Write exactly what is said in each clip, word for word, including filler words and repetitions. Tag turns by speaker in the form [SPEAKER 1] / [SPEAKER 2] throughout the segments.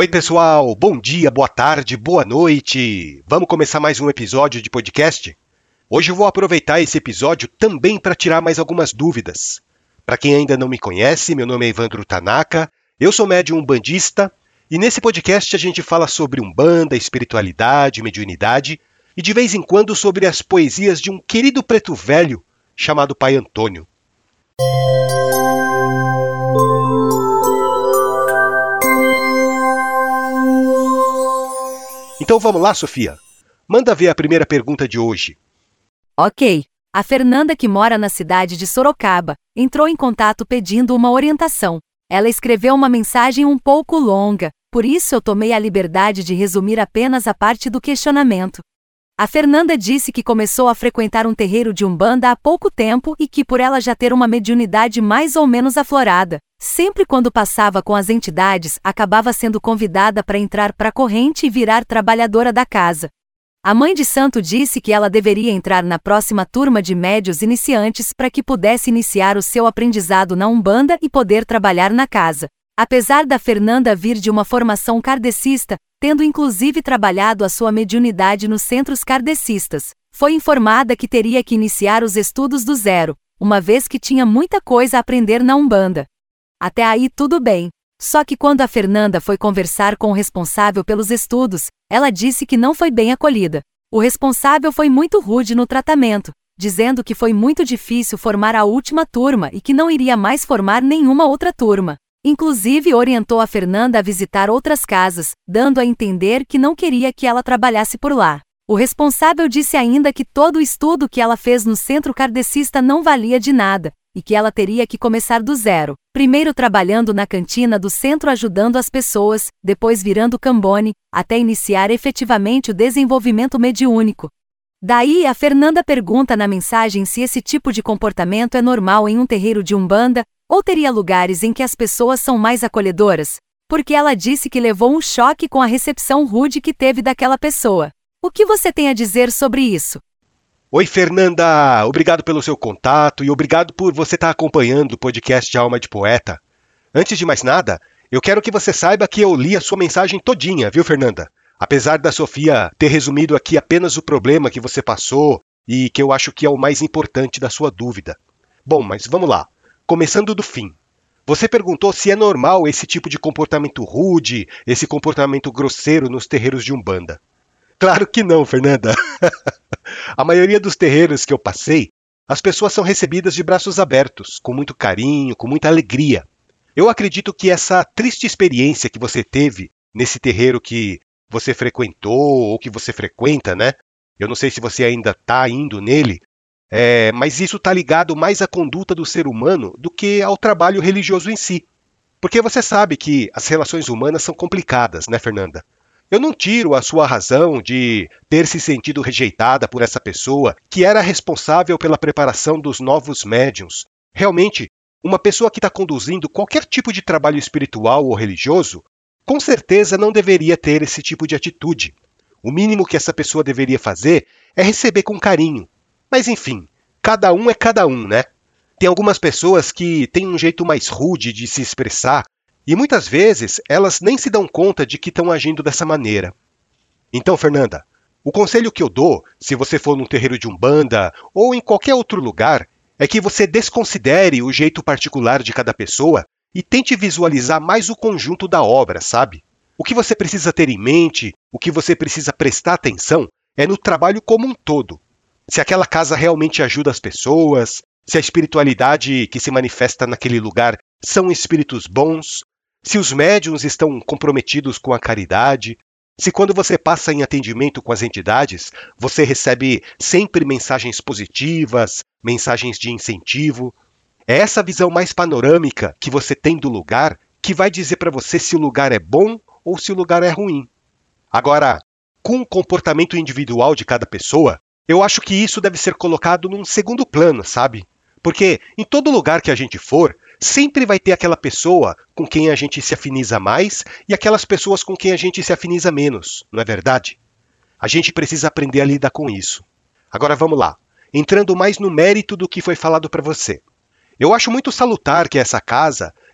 [SPEAKER 1] Oi pessoal, bom dia, boa tarde, boa noite. Vamos começar mais um episódio de podcast? Hoje eu vou aproveitar esse episódio também para tirar mais algumas dúvidas. Para quem ainda não me conhece, meu nome é Evandro Tanaka, eu sou médium umbandista e nesse podcast a gente fala sobre umbanda, espiritualidade, mediunidade e de vez em quando sobre as poesias de um querido preto velho chamado Pai Antônio. Então vamos lá, Sofia. Manda ver a primeira pergunta de hoje.
[SPEAKER 2] Ok. A Fernanda, que mora na cidade de Sorocaba, entrou em contato pedindo uma orientação. Ela escreveu uma mensagem um pouco longa, por isso eu tomei a liberdade de resumir apenas a parte do questionamento. A Fernanda disse que começou a frequentar um terreiro de umbanda há pouco tempo e que por ela já ter uma mediunidade mais ou menos aflorada, sempre quando passava com as entidades, acabava sendo convidada para entrar para a corrente e virar trabalhadora da casa. A mãe de santo disse que ela deveria entrar na próxima turma de médios iniciantes para que pudesse iniciar o seu aprendizado na umbanda e poder trabalhar na casa. Apesar da Fernanda vir de uma formação kardecista, tendo inclusive trabalhado a sua mediunidade nos centros kardecistas, foi informada que teria que iniciar os estudos do zero, uma vez que tinha muita coisa a aprender na umbanda. Até aí tudo bem. Só que quando a Fernanda foi conversar com o responsável pelos estudos, ela disse que não foi bem acolhida. O responsável foi muito rude no tratamento, dizendo que foi muito difícil formar a última turma e que não iria mais formar nenhuma outra turma. Inclusive orientou a Fernanda a visitar outras casas, dando a entender que não queria que ela trabalhasse por lá. O responsável disse ainda que todo o estudo que ela fez no centro kardecista não valia de nada, e que ela teria que começar do zero, primeiro trabalhando na cantina do centro ajudando as pessoas, depois virando cambone, até iniciar efetivamente o desenvolvimento mediúnico. Daí a Fernanda pergunta na mensagem se esse tipo de comportamento é normal em um terreiro de umbanda, ou teria lugares em que as pessoas são mais acolhedoras? Porque ela disse que levou um choque com a recepção rude que teve daquela pessoa. O que você tem a dizer sobre isso?
[SPEAKER 1] Oi, Fernanda! Obrigado pelo seu contato e obrigado por você estar acompanhando o podcast Alma de Poeta. Antes de mais nada, eu quero que você saiba que eu li a sua mensagem todinha, viu, Fernanda? Apesar da Sofia ter resumido aqui apenas o problema que você passou e que eu acho que é o mais importante da sua dúvida. Bom, mas vamos lá. Começando do fim. Você perguntou se é normal esse tipo de comportamento rude, esse comportamento grosseiro nos terreiros de umbanda. Claro que não, Fernanda. A maioria dos terreiros que eu passei, as pessoas são recebidas de braços abertos, com muito carinho, com muita alegria. Eu acredito que essa triste experiência que você teve nesse terreiro que você frequentou ou que você frequenta, né? Eu não sei se você ainda está indo nele, É, mas isso está ligado mais à conduta do ser humano do que ao trabalho religioso em si. Porque você sabe que as relações humanas são complicadas, né, Fernanda? Eu não tiro a sua razão de ter se sentido rejeitada por essa pessoa que era responsável pela preparação dos novos médiuns. Realmente, uma pessoa que está conduzindo qualquer tipo de trabalho espiritual ou religioso, com certeza não deveria ter esse tipo de atitude. O mínimo que essa pessoa deveria fazer é receber com carinho. Mas enfim, cada um é cada um, né? Tem algumas pessoas que têm um jeito mais rude de se expressar e muitas vezes elas nem se dão conta de que estão agindo dessa maneira. Então, Fernanda, o conselho que eu dou, se você for num terreiro de umbanda ou em qualquer outro lugar, é que você desconsidere o jeito particular de cada pessoa e tente visualizar mais o conjunto da obra, sabe? O que você precisa ter em mente, o que você precisa prestar atenção é no trabalho como um todo. Se aquela casa realmente ajuda as pessoas, se a espiritualidade que se manifesta naquele lugar são espíritos bons, se os médiuns estão comprometidos com a caridade, se quando você passa em atendimento com as entidades, você recebe sempre mensagens positivas, mensagens de incentivo. É essa visão mais panorâmica que você tem do lugar que vai dizer para você se o lugar é bom ou se o lugar é ruim. Agora, com o comportamento individual de cada pessoa, eu acho que isso deve ser colocado num segundo plano, sabe? Porque em todo lugar que a gente for, sempre vai ter aquela pessoa com quem a gente se afiniza mais e aquelas pessoas com quem a gente se afiniza menos, não é verdade? A gente precisa aprender a lidar com isso. Agora vamos lá, entrando mais no mérito do que foi falado para você. Eu acho muito salutar que essa casa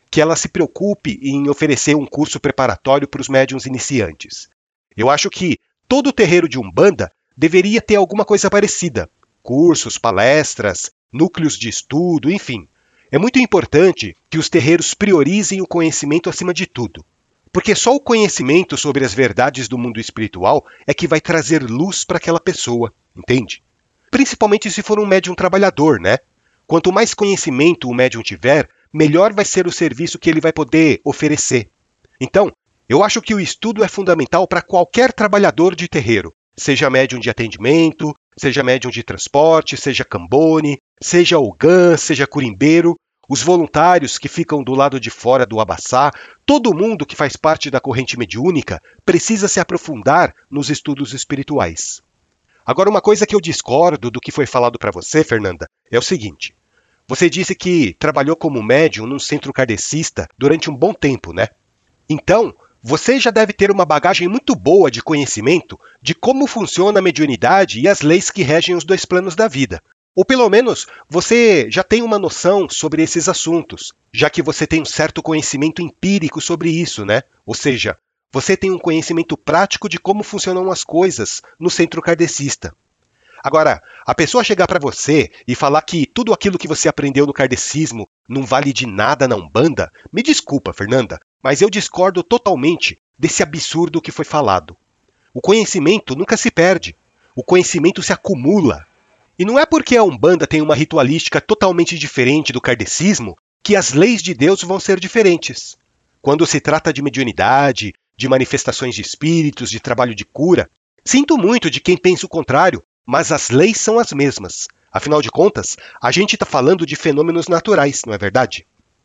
[SPEAKER 1] que ela se preocupe em oferecer um curso preparatório para os médiuns iniciantes. Eu acho que todo terreiro de Umbanda deveria ter alguma coisa parecida. Cursos, palestras, núcleos de estudo, enfim. É muito importante que os terreiros priorizem o conhecimento acima de tudo. Porque só o conhecimento sobre as verdades do mundo espiritual é que vai trazer luz para aquela pessoa, entende? Principalmente se for um médium trabalhador, né? Quanto mais conhecimento o médium tiver, melhor vai ser o serviço que ele vai poder oferecer. Então, eu acho que o estudo é fundamental para qualquer trabalhador de terreiro, seja médium de atendimento, seja médium de transporte, seja cambone, seja ogã, seja curimbeiro, os voluntários que ficam do lado de fora do abaçá, todo mundo que faz parte da corrente mediúnica precisa se aprofundar nos estudos espirituais. Agora, uma coisa que eu discordo do que foi falado para você, Fernanda, é o seguinte. Você disse que trabalhou como médium num centro kardecista durante um bom tempo, né? Então, você já deve ter uma bagagem muito boa de conhecimento de como funciona a mediunidade e as leis que regem os dois planos da vida. Ou pelo menos, você já tem uma noção sobre esses assuntos, já que você tem um certo conhecimento empírico sobre isso, né? Ou seja, você tem um conhecimento prático de como funcionam as coisas no centro kardecista. Agora, a pessoa chegar para você e falar que tudo aquilo que você aprendeu no kardecismo não vale de nada na Umbanda, me desculpa, Fernanda, mas eu discordo totalmente desse absurdo que foi falado. O conhecimento nunca se perde, o conhecimento se acumula. E não é porque a Umbanda tem uma ritualística totalmente diferente do kardecismo que as leis de Deus vão ser diferentes. Quando se trata de mediunidade, de manifestações de espíritos, de trabalho de cura, sinto muito de quem pensa o contrário, mas as leis são as mesmas. Afinal de contas, a gente está falando de fenômenos naturais, não é verdade?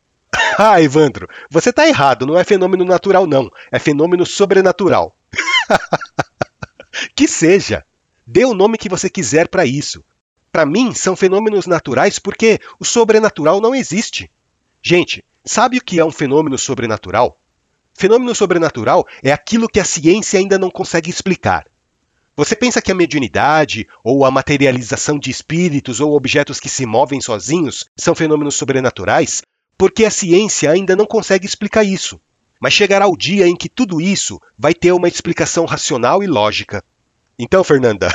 [SPEAKER 1] Ah, Evandro, você está errado, não é fenômeno natural não, é fenômeno sobrenatural. Que seja, dê o nome que você quiser para isso. Para mim, são fenômenos naturais porque o sobrenatural não existe. Gente, sabe o que é um fenômeno sobrenatural? Fenômeno sobrenatural é aquilo que a ciência ainda não consegue explicar. Você pensa que a mediunidade, ou a materialização de espíritos ou objetos que se movem sozinhos são fenômenos sobrenaturais? Porque a ciência ainda não consegue explicar isso. Mas chegará o dia em que tudo isso vai ter uma explicação racional e lógica. Então, Fernanda,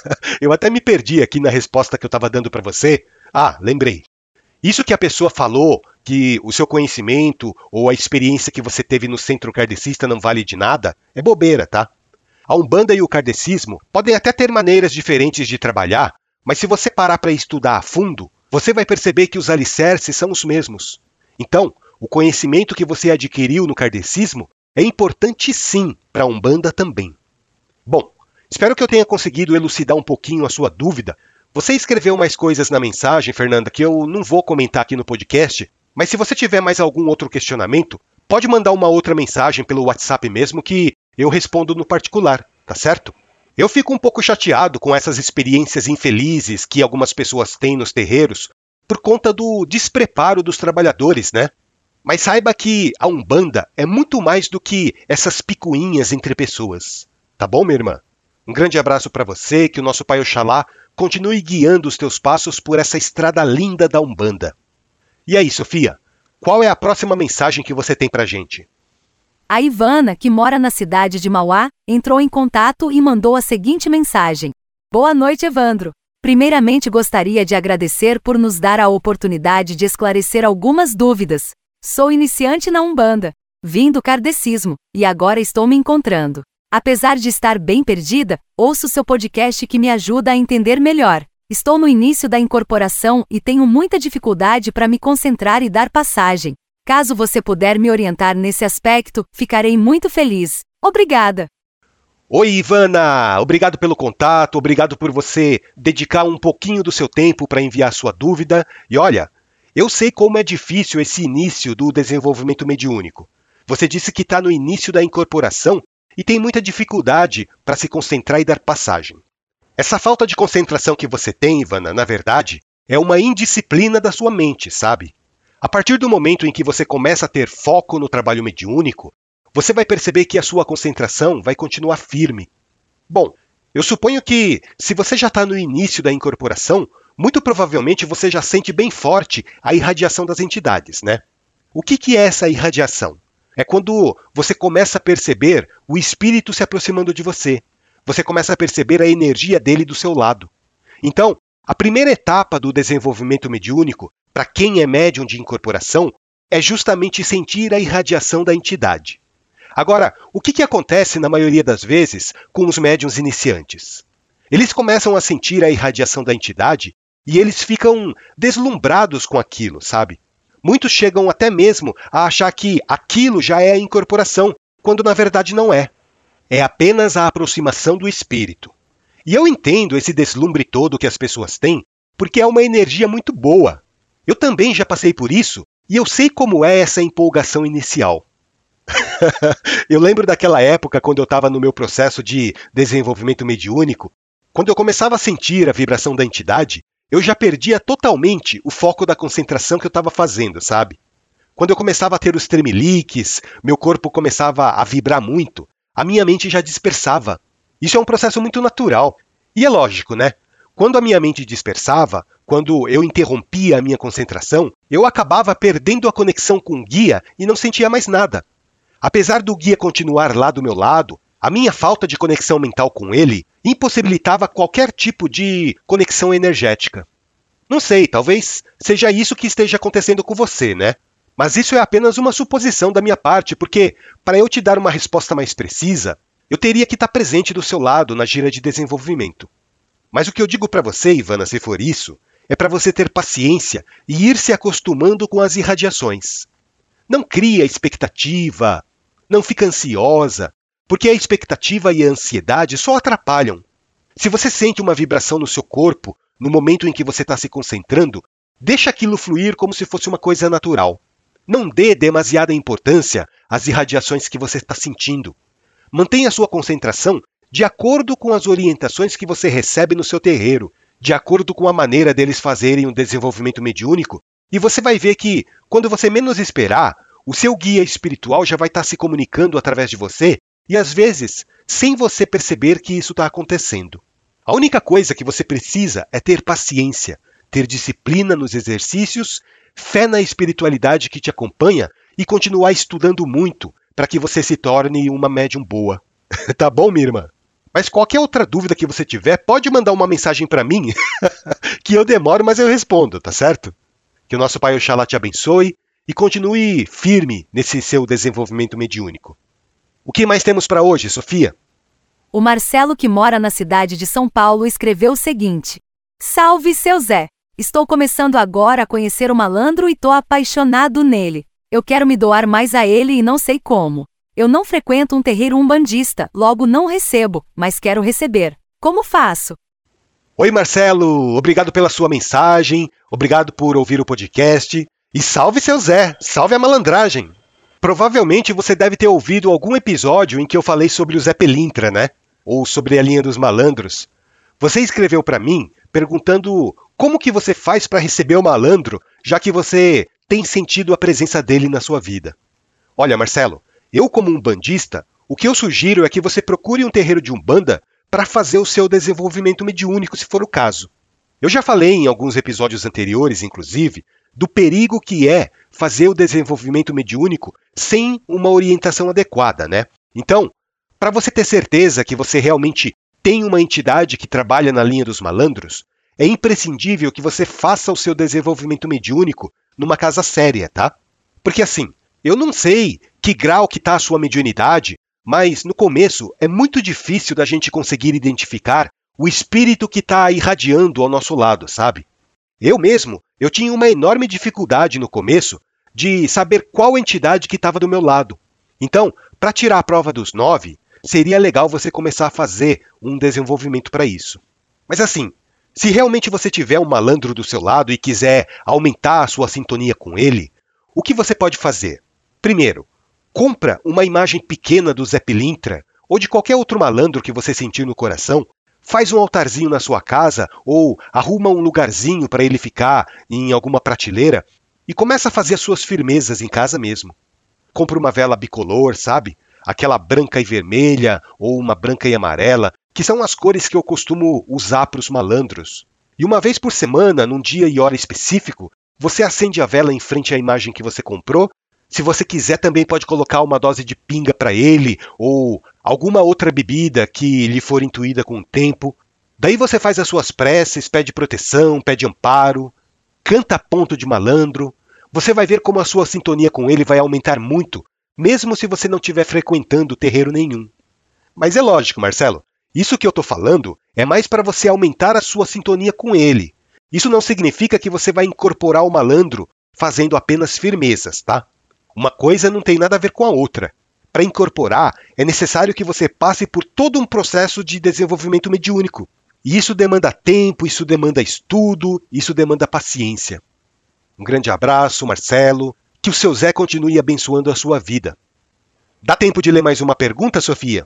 [SPEAKER 1] eu até me perdi aqui na resposta que eu estava dando para você. Ah, lembrei. Isso que a pessoa falou, que o seu conhecimento ou a experiência que você teve no centro kardecista não vale de nada, é bobeira, tá? A Umbanda e o kardecismo podem até ter maneiras diferentes de trabalhar, mas se você parar para estudar a fundo, você vai perceber que os alicerces são os mesmos. Então, o conhecimento que você adquiriu no kardecismo é importante sim para a Umbanda também. Bom, espero que eu tenha conseguido elucidar um pouquinho a sua dúvida. Você escreveu mais coisas na mensagem, Fernanda, que eu não vou comentar aqui no podcast, mas se você tiver mais algum outro questionamento, pode mandar uma outra mensagem pelo WhatsApp mesmo que eu respondo no particular, tá certo? Eu fico um pouco chateado com essas experiências infelizes que algumas pessoas têm nos terreiros por conta do despreparo dos trabalhadores, né? Mas saiba que a Umbanda é muito mais do que essas picuinhas entre pessoas. Tá bom, minha irmã? Um grande abraço para você, que o nosso Pai Oxalá continue guiando os teus passos por essa estrada linda da Umbanda. E aí, Sofia, qual é a próxima mensagem que você tem pra gente?
[SPEAKER 2] A Ivana, que mora na cidade de Mauá, entrou em contato e mandou a seguinte mensagem. Boa noite, Evandro. Primeiramente gostaria de agradecer por nos dar a oportunidade de esclarecer algumas dúvidas. Sou iniciante na Umbanda, vim do kardecismo, e agora estou me encontrando. Apesar de estar bem perdida, ouço seu podcast que me ajuda a entender melhor. Estou no início da incorporação e tenho muita dificuldade para me concentrar e dar passagem. Caso você puder me orientar nesse aspecto, ficarei muito feliz. Obrigada!
[SPEAKER 1] Oi, Ivana! Obrigado pelo contato, obrigado por você dedicar um pouquinho do seu tempo para enviar sua dúvida. E olha, eu sei como é difícil esse início do desenvolvimento mediúnico. Você disse que está no início da incorporação e tem muita dificuldade para se concentrar e dar passagem. Essa falta de concentração que você tem, Ivana, na verdade, é uma indisciplina da sua mente, sabe? A partir do momento em que você começa a ter foco no trabalho mediúnico, você vai perceber que a sua concentração vai continuar firme. Bom, eu suponho que, se você já está no início da incorporação, muito provavelmente você já sente bem forte a irradiação das entidades, né? O que, que é essa irradiação? É quando você começa a perceber o espírito se aproximando de você. Você começa a perceber a energia dele do seu lado. Então, a primeira etapa do desenvolvimento mediúnico, para quem é médium de incorporação, é justamente sentir a irradiação da entidade. Agora, o que, que acontece na maioria das vezes com os médiuns iniciantes? Eles começam a sentir a irradiação da entidade e eles ficam deslumbrados com aquilo, sabe? Muitos chegam até mesmo a achar que aquilo já é a incorporação, quando na verdade não é. É apenas a aproximação do espírito. E eu entendo esse deslumbre todo que as pessoas têm, porque é uma energia muito boa. Eu também já passei por isso e eu sei como é essa empolgação inicial. Eu lembro daquela época quando eu estava no meu processo de desenvolvimento mediúnico, quando eu começava a sentir a vibração da entidade, eu já perdia totalmente o foco da concentração que eu estava fazendo, sabe? Quando eu começava a ter os tremeliques, meu corpo começava a vibrar muito, a minha mente já dispersava. Isso é um processo muito natural. E é lógico, né? Quando a minha mente dispersava, quando eu interrompia a minha concentração, eu acabava perdendo a conexão com o guia e não sentia mais nada. Apesar do guia continuar lá do meu lado, a minha falta de conexão mental com ele impossibilitava qualquer tipo de conexão energética. Não sei, talvez seja isso que esteja acontecendo com você, né? Mas isso é apenas uma suposição da minha parte, porque para eu te dar uma resposta mais precisa, eu teria que estar presente do seu lado na gira de desenvolvimento. Mas o que eu digo para você, Ivana, se for isso, é para você ter paciência e ir se acostumando com as irradiações. Não cria expectativa, não fica ansiosa, porque a expectativa e a ansiedade só atrapalham. Se você sente uma vibração no seu corpo, no momento em que você está se concentrando, deixa aquilo fluir como se fosse uma coisa natural. Não dê demasiada importância às irradiações que você está sentindo. Mantenha a sua concentração de acordo com as orientações que você recebe no seu terreiro, de acordo com a maneira deles fazerem o desenvolvimento mediúnico, e você vai ver que, quando você menos esperar, o seu guia espiritual já vai estar se comunicando através de você, e às vezes, sem você perceber que isso está acontecendo. A única coisa que você precisa é ter paciência, ter disciplina nos exercícios, fé na espiritualidade que te acompanha e continuar estudando muito para que você se torne uma médium boa. Tá bom, minha irmã? Mas qualquer outra dúvida que você tiver, pode mandar uma mensagem para mim, que eu demoro, mas eu respondo, tá certo? Que o nosso Pai Oxalá te abençoe e continue firme nesse seu desenvolvimento mediúnico. O que mais temos para hoje, Sofia?
[SPEAKER 2] O Marcelo, que mora na cidade de São Paulo, escreveu o seguinte: Salve, seu Zé! Estou começando agora a conhecer o malandro e tô apaixonado nele. Eu quero me doar mais a ele e não sei como. Eu não frequento um terreiro umbandista, logo não recebo, mas quero receber. Como faço?
[SPEAKER 1] Oi, Marcelo! Obrigado pela sua mensagem, obrigado por ouvir o podcast. E salve, seu Zé! Salve a malandragem! Provavelmente você deve ter ouvido algum episódio em que eu falei sobre o Zé Pelintra, né? Ou sobre a linha dos malandros. Você escreveu para mim perguntando como que você faz para receber o malandro, já que você tem sentido a presença dele na sua vida. Olha, Marcelo, eu como umbandista, o que eu sugiro é que você procure um terreiro de umbanda para fazer o seu desenvolvimento mediúnico, se for o caso. Eu já falei em alguns episódios anteriores, inclusive, do perigo que é fazer o desenvolvimento mediúnico sem uma orientação adequada, né? Então, para você ter certeza que você realmente tem uma entidade que trabalha na linha dos malandros, é imprescindível que você faça o seu desenvolvimento mediúnico numa casa séria, tá? Porque assim, eu não sei que grau que está a sua mediunidade, mas no começo é muito difícil da gente conseguir identificar o espírito que está irradiando ao nosso lado, sabe? Eu mesmo, eu tinha uma enorme dificuldade no começo de saber qual entidade que estava do meu lado. Então, para tirar a prova dos nove, seria legal você começar a fazer um desenvolvimento para isso. Mas assim, se realmente você tiver um malandro do seu lado e quiser aumentar a sua sintonia com ele, o que você pode fazer? Primeiro, compra uma imagem pequena do Zé Pilintra ou de qualquer outro malandro que você sentir no coração, faz um altarzinho na sua casa ou arruma um lugarzinho para ele ficar em alguma prateleira e começa a fazer as suas firmezas em casa mesmo. Compra uma vela bicolor, sabe? Aquela branca e vermelha ou uma branca e amarela, que são as cores que eu costumo usar para os malandros. E uma vez por semana, num dia e hora específico, você acende a vela em frente à imagem que você comprou Se você quiser, também pode colocar uma dose de pinga para ele ou alguma outra bebida que lhe for intuída com o tempo. Daí você faz as suas preces, pede proteção, pede amparo, canta ponto de malandro. Você vai ver como a sua sintonia com ele vai aumentar muito, mesmo se você não estiver frequentando terreiro nenhum. Mas é lógico, Marcelo, isso que eu estou falando é mais para você aumentar a sua sintonia com ele. Isso não significa que você vai incorporar o malandro fazendo apenas firmezas, tá? Uma coisa não tem nada a ver com a outra. Para incorporar, é necessário que você passe por todo um processo de desenvolvimento mediúnico. E isso demanda tempo, isso demanda estudo, isso demanda paciência. Um grande abraço, Marcelo. Que o seu Zé continue abençoando a sua vida. Dá tempo de ler mais uma pergunta, Sofia?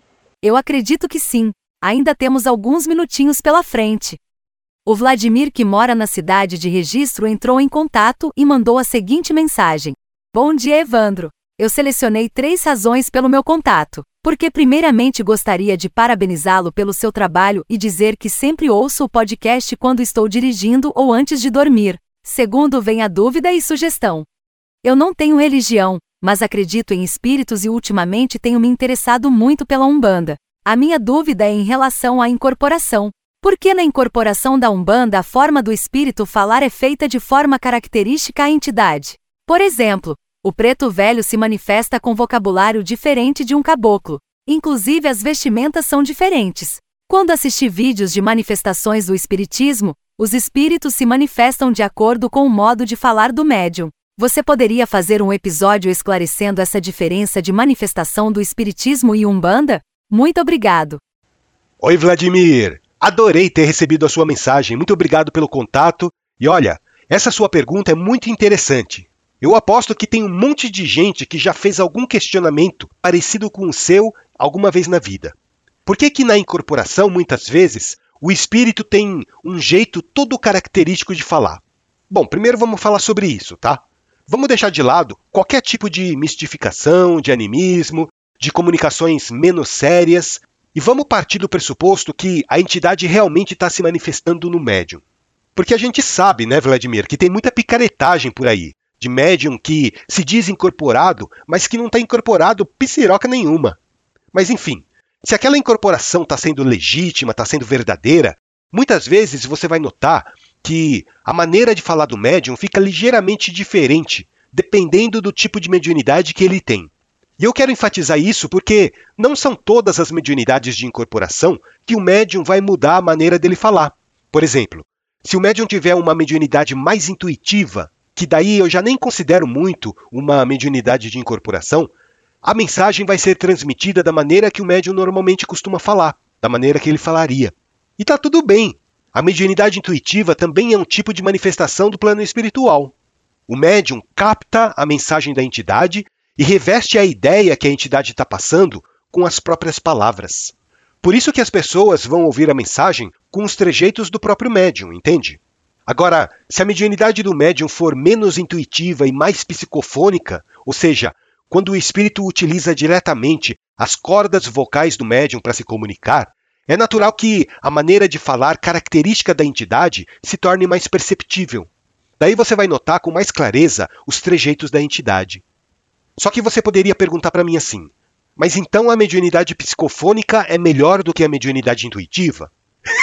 [SPEAKER 2] Eu acredito que sim. Ainda temos alguns minutinhos pela frente. O Vladimir, que mora na cidade de Registro, entrou em contato e mandou a seguinte mensagem. Bom dia, Evandro. Eu selecionei três razões pelo meu contato. Porque primeiramente gostaria de parabenizá-lo pelo seu trabalho e dizer que sempre ouço o podcast quando estou dirigindo ou antes de dormir. Segundo, vem a dúvida e sugestão. Eu não tenho religião, mas acredito em espíritos e ultimamente tenho me interessado muito pela Umbanda. A minha dúvida é em relação à incorporação. Por que na incorporação da Umbanda a forma do espírito falar é feita de forma característica à entidade? Por exemplo, o preto velho se manifesta com vocabulário diferente de um caboclo. Inclusive as vestimentas são diferentes. Quando assisti vídeos de manifestações do espiritismo, os espíritos se manifestam de acordo com o modo de falar do médium. Você poderia fazer um episódio esclarecendo essa diferença de manifestação do espiritismo e Umbanda? Muito obrigado.
[SPEAKER 1] Oi, Vladimir. Adorei ter recebido a sua mensagem. Muito obrigado pelo contato. E olha, essa sua pergunta é muito interessante. Eu aposto que tem um monte de gente que já fez algum questionamento parecido com o seu alguma vez na vida. Por que que na incorporação, muitas vezes, o espírito tem um jeito todo característico de falar? Bom, primeiro vamos falar sobre isso, tá? Vamos deixar de lado qualquer tipo de mistificação, de animismo, de comunicações menos sérias, e vamos partir do pressuposto que a entidade realmente está se manifestando no médium. Porque a gente sabe, né, Vladimir, que tem muita picaretagem por aí, de médium que se diz incorporado, mas que não está incorporado psiroca nenhuma. Mas enfim, se aquela incorporação está sendo legítima, está sendo verdadeira, muitas vezes você vai notar que a maneira de falar do médium fica ligeiramente diferente, dependendo do tipo de mediunidade que ele tem. E eu quero enfatizar isso porque não são todas as mediunidades de incorporação que o médium vai mudar a maneira dele falar. Por exemplo, se o médium tiver uma mediunidade mais intuitiva, que daí eu já nem considero muito uma mediunidade de incorporação, a mensagem vai ser transmitida da maneira que o médium normalmente costuma falar, da maneira que ele falaria. E tá tudo bem. A mediunidade intuitiva também é um tipo de manifestação do plano espiritual. O médium capta a mensagem da entidade e reveste a ideia que a entidade está passando com as próprias palavras. Por isso que as pessoas vão ouvir a mensagem com os trejeitos do próprio médium, entende? Agora, se a mediunidade do médium for menos intuitiva e mais psicofônica, ou seja, quando o espírito utiliza diretamente as cordas vocais do médium para se comunicar, é natural que a maneira de falar característica da entidade se torne mais perceptível. Daí você vai notar com mais clareza os trejeitos da entidade. Só que você poderia perguntar para mim assim, mas então a mediunidade psicofônica é melhor do que a mediunidade intuitiva?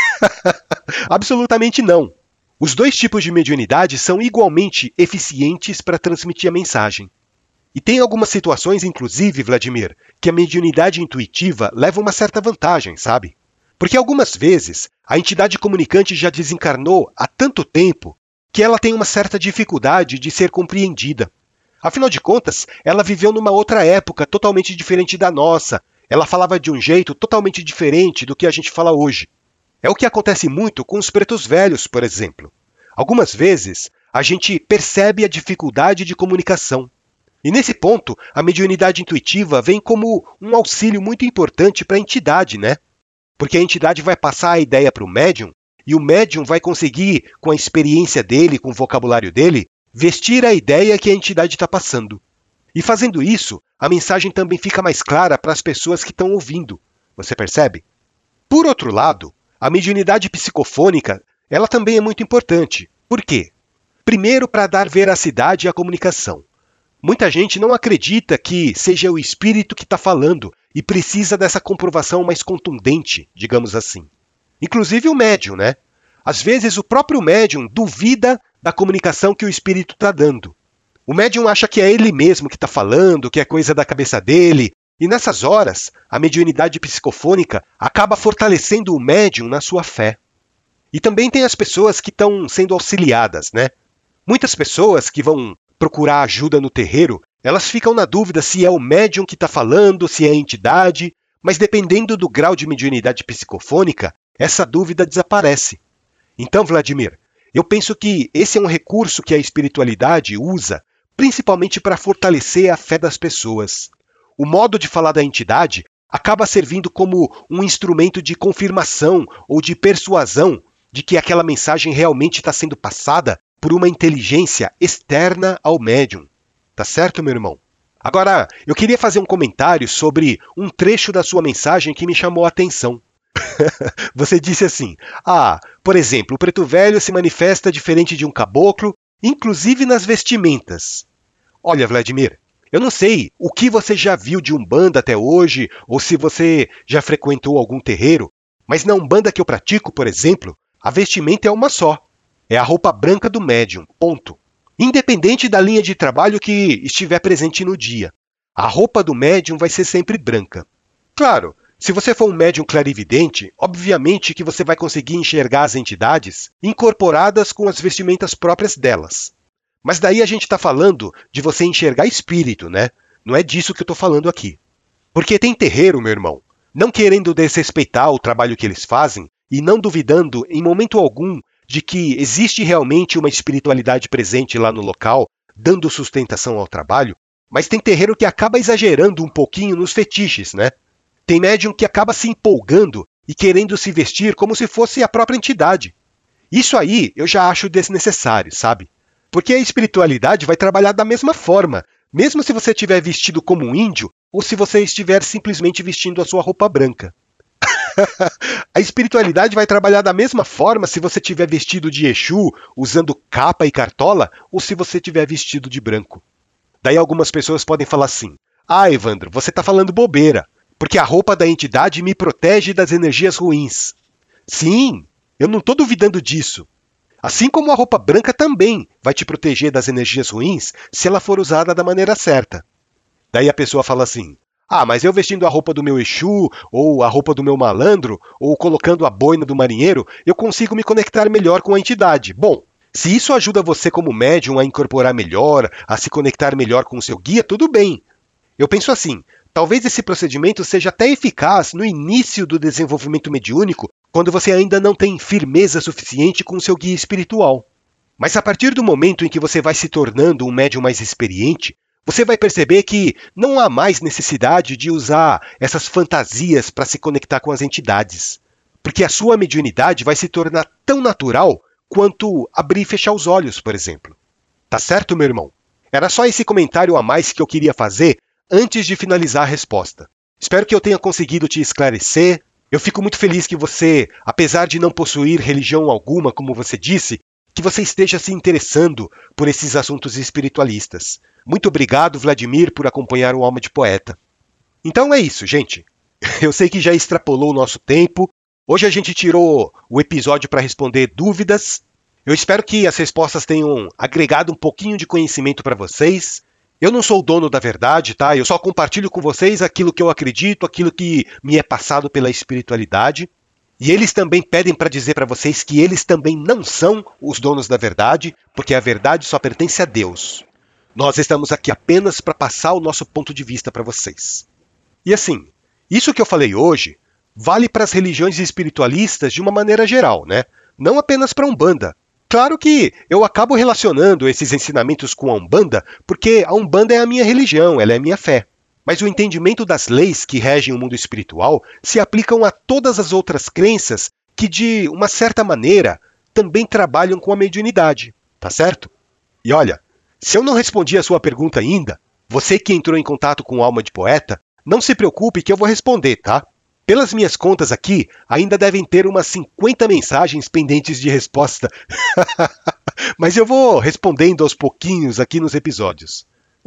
[SPEAKER 1] Absolutamente não. Os dois tipos de mediunidade são igualmente eficientes para transmitir a mensagem. E tem algumas situações, inclusive, Vladimir, que a mediunidade intuitiva leva uma certa vantagem, sabe? Porque algumas vezes a entidade comunicante já desencarnou há tanto tempo que ela tem uma certa dificuldade de ser compreendida. Afinal de contas, ela viveu numa outra época totalmente diferente da nossa. Ela falava de um jeito totalmente diferente do que a gente fala hoje. É o que acontece muito com os pretos velhos, por exemplo. Algumas vezes, a gente percebe a dificuldade de comunicação. E nesse ponto, a mediunidade intuitiva vem como um auxílio muito importante para a entidade, né? Porque a entidade vai passar a ideia para o médium, e o médium vai conseguir, com a experiência dele, com o vocabulário dele, vestir a ideia que a entidade está passando. E fazendo isso, a mensagem também fica mais clara para as pessoas que estão ouvindo. Você percebe? Por outro lado, a mediunidade psicofônica, ela também é muito importante. Por quê? Primeiro, para dar veracidade à comunicação. Muita gente não acredita que seja o espírito que está falando e precisa dessa comprovação mais contundente, digamos assim. Inclusive o médium, né? Às vezes o próprio médium duvida da comunicação que o espírito está dando. O médium acha que é ele mesmo que está falando, que é coisa da cabeça dele, e nessas horas, a mediunidade psicofônica acaba fortalecendo o médium na sua fé. E também tem as pessoas que estão sendo auxiliadas, né? Muitas pessoas que vão procurar ajuda no terreiro, elas ficam na dúvida se é o médium que está falando, se é a entidade, mas dependendo do grau de mediunidade psicofônica, essa dúvida desaparece. Então, Vladimir, eu penso que esse é um recurso que a espiritualidade usa, principalmente para fortalecer a fé das pessoas. O modo de falar da entidade acaba servindo como um instrumento de confirmação ou de persuasão de que aquela mensagem realmente está sendo passada por uma inteligência externa ao médium. Tá certo, meu irmão? Agora, eu queria fazer um comentário sobre um trecho da sua mensagem que me chamou a atenção. Você disse assim, ah, por exemplo, o preto velho se manifesta diferente de um caboclo, inclusive nas vestimentas. Olha, Vladimir, eu não sei o que você já viu de Umbanda até hoje, ou se você já frequentou algum terreiro, mas na Umbanda que eu pratico, por exemplo, a vestimenta é uma só. É a roupa branca do médium, ponto. Independente da linha de trabalho que estiver presente no dia. A roupa do médium vai ser sempre branca. Claro, se você for um médium clarividente, obviamente que você vai conseguir enxergar as entidades incorporadas com as vestimentas próprias delas. Mas daí a gente está falando de você enxergar espírito, né? Não é disso que eu estou falando aqui. Porque tem terreiro, meu irmão, não querendo desrespeitar o trabalho que eles fazem e não duvidando em momento algum de que existe realmente uma espiritualidade presente lá no local, dando sustentação ao trabalho, mas tem terreiro que acaba exagerando um pouquinho nos fetiches, né? Tem médium que acaba se empolgando e querendo se vestir como se fosse a própria entidade. Isso aí eu já acho desnecessário, sabe? Porque a espiritualidade vai trabalhar da mesma forma, mesmo se você estiver vestido como um índio ou se você estiver simplesmente vestindo a sua roupa branca. A espiritualidade vai trabalhar da mesma forma se você estiver vestido de Exu, usando capa e cartola, ou se você estiver vestido de branco. Daí algumas pessoas podem falar assim, ah, Evandro, você está falando bobeira, porque a roupa da entidade me protege das energias ruins. Sim, eu não estou duvidando disso. Assim como a roupa branca também vai te proteger das energias ruins se ela for usada da maneira certa. Daí a pessoa fala assim, ah, mas eu vestindo a roupa do meu Exu, ou a roupa do meu malandro, ou colocando a boina do marinheiro, eu consigo me conectar melhor com a entidade. Bom, se isso ajuda você como médium a incorporar melhor, a se conectar melhor com o seu guia, tudo bem. Eu penso assim, talvez esse procedimento seja até eficaz no início do desenvolvimento mediúnico, quando você ainda não tem firmeza suficiente com o seu guia espiritual. Mas a partir do momento em que você vai se tornando um médium mais experiente, você vai perceber que não há mais necessidade de usar essas fantasias para se conectar com as entidades. Porque a sua mediunidade vai se tornar tão natural quanto abrir e fechar os olhos, por exemplo. Tá certo, meu irmão? Era só esse comentário a mais que eu queria fazer antes de finalizar a resposta. Espero que eu tenha conseguido te esclarecer. Eu fico muito feliz que você, apesar de não possuir religião alguma, como você disse, que você esteja se interessando por esses assuntos espiritualistas. Muito obrigado, Vladimir, por acompanhar o Alma de Poeta. Então é isso, gente. Eu sei que já extrapolou o nosso tempo. Hoje a gente tirou o episódio para responder dúvidas. Eu espero que as respostas tenham agregado um pouquinho de conhecimento para vocês. Eu não sou o dono da verdade, tá? Eu só compartilho com vocês aquilo que eu acredito, aquilo que me é passado pela espiritualidade. E eles também pedem para dizer para vocês que eles também não são os donos da verdade, porque a verdade só pertence a Deus. Nós estamos aqui apenas para passar o nosso ponto de vista para vocês. E assim, isso que eu falei hoje vale para as religiões espiritualistas de uma maneira geral, né? Não apenas para a Umbanda. Claro que eu acabo relacionando esses ensinamentos com a Umbanda, porque a Umbanda é a minha religião, ela é a minha fé. Mas o entendimento das leis que regem o mundo espiritual se aplicam a todas as outras crenças que, de uma certa maneira, também trabalham com a mediunidade, tá certo? E olha, se eu não respondi a sua pergunta ainda, você que entrou em contato com o Alma de Poeta, não se preocupe que eu vou responder, tá? Pelas minhas contas aqui, ainda devem ter umas cinquenta mensagens pendentes de resposta. Mas eu vou respondendo aos pouquinhos aqui nos episódios.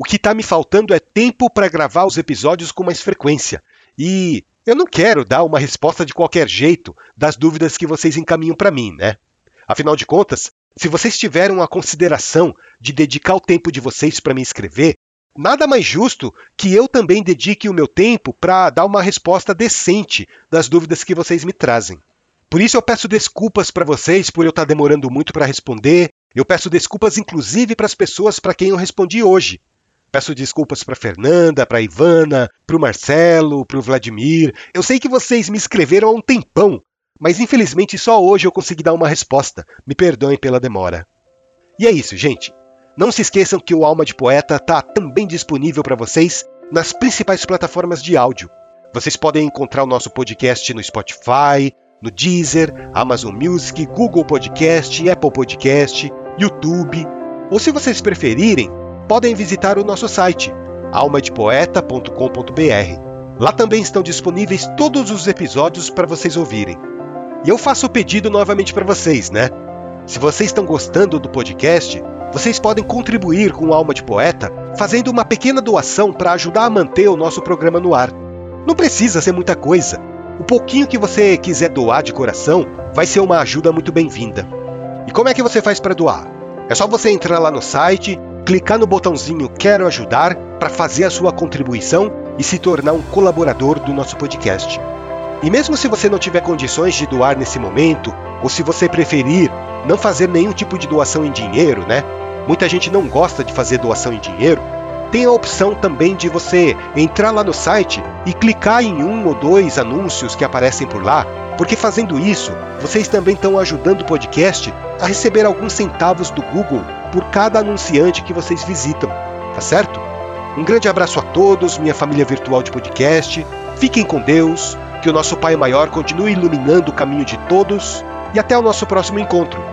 [SPEAKER 1] O que está me faltando é tempo para gravar os episódios com mais frequência. E eu não quero dar uma resposta de qualquer jeito das dúvidas que vocês encaminham para mim, né? Afinal de contas, se vocês tiveram a consideração de dedicar o tempo de vocês para me escrever, nada mais justo que eu também dedique o meu tempo para dar uma resposta decente das dúvidas que vocês me trazem. Por isso eu peço desculpas para vocês por eu estar demorando muito para responder. Eu peço desculpas inclusive para as pessoas para quem eu respondi hoje. Peço desculpas para a Fernanda, para a Ivana, para o Marcelo, para o Vladimir. Eu sei que vocês me escreveram há um tempão, mas infelizmente só hoje eu consegui dar uma resposta. Me perdoem pela demora. E é isso, gente. Não se esqueçam que o Alma de Poeta está também disponível para vocês nas principais plataformas de áudio. Vocês podem encontrar o nosso podcast no Spotify, no Deezer, Amazon Music, Google Podcast, Apple Podcast, YouTube. Ou se vocês preferirem, podem visitar o nosso site, alma de poeta ponto com ponto b r. Lá também estão disponíveis todos os episódios para vocês ouvirem. E eu faço o pedido novamente para vocês, né? Se vocês estão gostando do podcast, vocês podem contribuir com o Alma de Poeta fazendo uma pequena doação para ajudar a manter o nosso programa no ar. Não precisa ser muita coisa. O pouquinho que você quiser doar de coração vai ser uma ajuda muito bem-vinda. E como é que você faz para doar? É só você entrar lá no site, clicar no botãozinho Quero Ajudar para fazer a sua contribuição e se tornar um colaborador do nosso podcast. E mesmo se você não tiver condições de doar nesse momento, ou se você preferir não fazer nenhum tipo de doação em dinheiro, né? Muita gente não gosta de fazer doação em dinheiro. Tem a opção também de você entrar lá no site e clicar em um ou dois anúncios que aparecem por lá, porque fazendo isso, vocês também estão ajudando o podcast a receber alguns centavos do Google por cada anunciante que vocês visitam, tá certo? Um grande abraço a todos, minha família virtual de podcast. Fiquem com Deus, que o nosso Pai Maior continue iluminando o caminho de todos e até o nosso próximo encontro.